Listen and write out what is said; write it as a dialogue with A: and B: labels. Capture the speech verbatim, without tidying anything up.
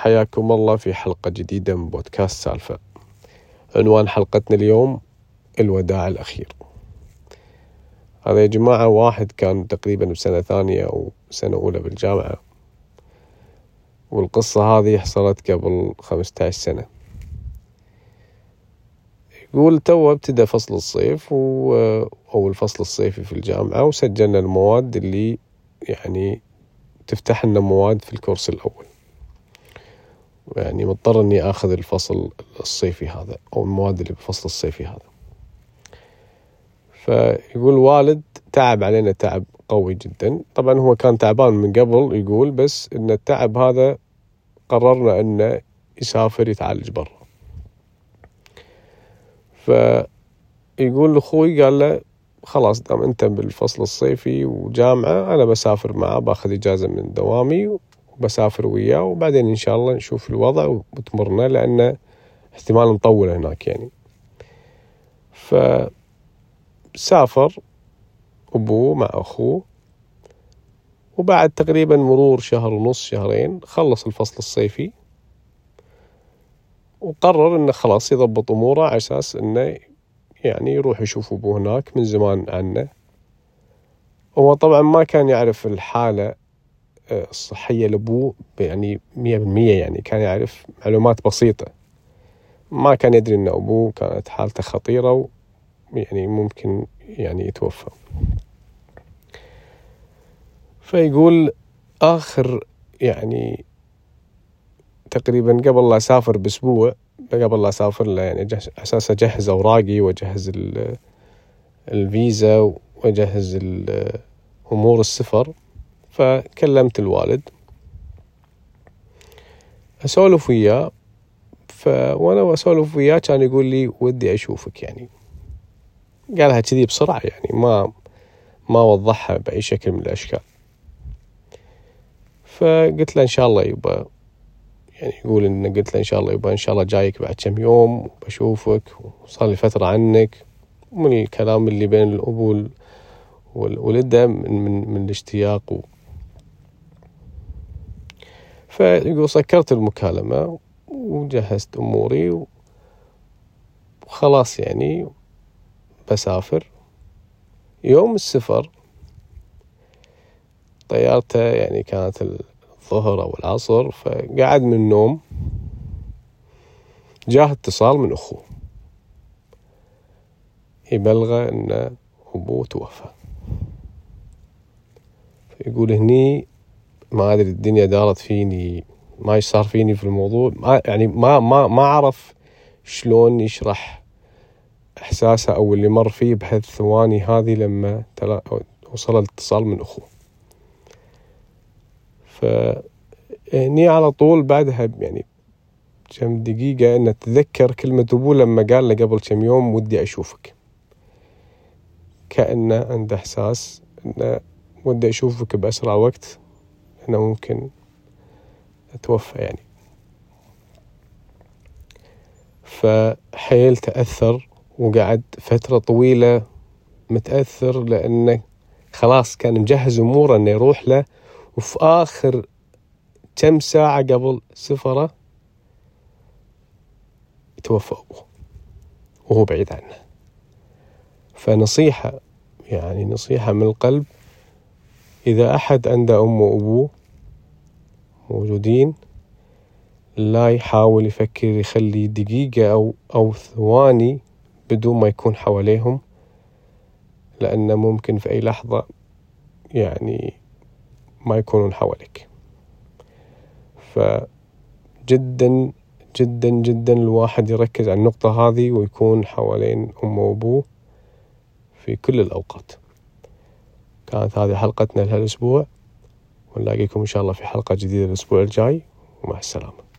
A: حياكم الله في حلقة جديدة من بودكاست سالفة. عنوان حلقتنا اليوم الوداع الأخير. هذا يا جماعة واحد كان تقريبا بسنة ثانية أو سنة أولى بالجامعة، والقصة هذه حصلت قبل خمسة عشر سنة. يقول تو ابتدى فصل الصيف و... أو الفصل الصيفي في الجامعة، وسجلنا المواد اللي يعني تفتح لنا مواد في الكورس الأول، يعني مضطر إني أخذ الفصل الصيفي هذا أو المواد اللي بالفصل الصيفي هذا. فيقول والد تعب علينا تعب قوي جدا. طبعا هو كان تعبان من قبل، يقول بس إن التعب هذا قررنا إنه يسافر يتعالج برا. فيقول لأخوي قال له خلاص دام أنت بالفصل الصيفي وجامعة، أنا بسافر معه، باخذ إجازة من دوامي وبسافر وياه، وبعدين إن شاء الله نشوف الوضع وتمرنا، لأنه احتمال نطول هناك يعني. فسافر أبوه مع أخوه، وبعد تقريبا مرور شهر ونص شهرين خلص الفصل الصيفي، وقرر إنه خلاص يضبط أموره على أساس إنه يعني يروح يشوف أبوه هناك من زمان عنه. هو طبعا ما كان يعرف الحالة الصحية لأبوه يعني مية بالمية، يعني كان يعرف معلومات بسيطة، ما كان يدري إن أبوه كانت حالته خطيرة ويعني ممكن يعني يتوفى. فيقول آخر يعني تقريبا قبل لا أسافر بأسبوع، قبل لا أسافر له يعني أساس أجهز أوراقي وأجهز الفيزا وأجهز أمور السفر، فكلمت الوالد أسولف وياه. فوانا أسولف وياه كان يقول لي ودي أشوفك، يعني قالها كذي بسرعة، يعني ما ما وضحها بأي شكل من الأشكال. فقلت له إن شاء الله يبقى، يعني يقول إن قلت له إن شاء الله يبقى إن شاء الله جايك بعد كم يوم وبشوفك، وصار لي فترة عنك، من الكلام اللي بين الأبو والولده من من من الاشتياق و... فيقول سكرت المكالمة وجهزت أموري وخلاص يعني بسافر. يوم السفر طيارته يعني كانت الظهر أو العصر، فقعد من النوم جاه اتصال من أخوه يبلغه أن أبوه توفى. فيقول هني ما أدري الدنيا دارت فيني، ما إيش صار فيني في الموضوع، ما يعني ما ما ما عرف شلون يشرح إحساسه أو اللي مر فيه بهالثواني هذه لما تلا وصل الاتصال من أخوه. فهني على طول بعدها يعني كم دقيقة إن أتذكر كلمة أبوه لما قال له قبل كم يوم ودي أشوفك، كأنه عنده إحساس إنه ودي أشوفك بأسرع وقت، أنا ممكن أتوفى يعني. فحيل تأثر وقعد فترة طويلة متأثر، لأنه خلاص كان مجهز أموره إنه يروح له، وفي آخر كم ساعة قبل سفره يتوفى أبوه وهو بعيد عنه. فنصيحة يعني نصيحة من القلب، إذا أحد عنده أم وأبوه موجودين، لا يحاول يفكر يخلي دقيقة أو أو ثواني بدون ما يكون حواليهم، لأنه ممكن في أي لحظة يعني ما يكونون حواليك. فجدا جدا جدا الواحد يركز على النقطة هذه ويكون حوالين أمه وأبوه في كل الأوقات. كانت هذه حلقتنا لهالأسبوع، ونلاقيكم إن شاء الله في حلقة جديدة الأسبوع الجاي، ومع السلامة.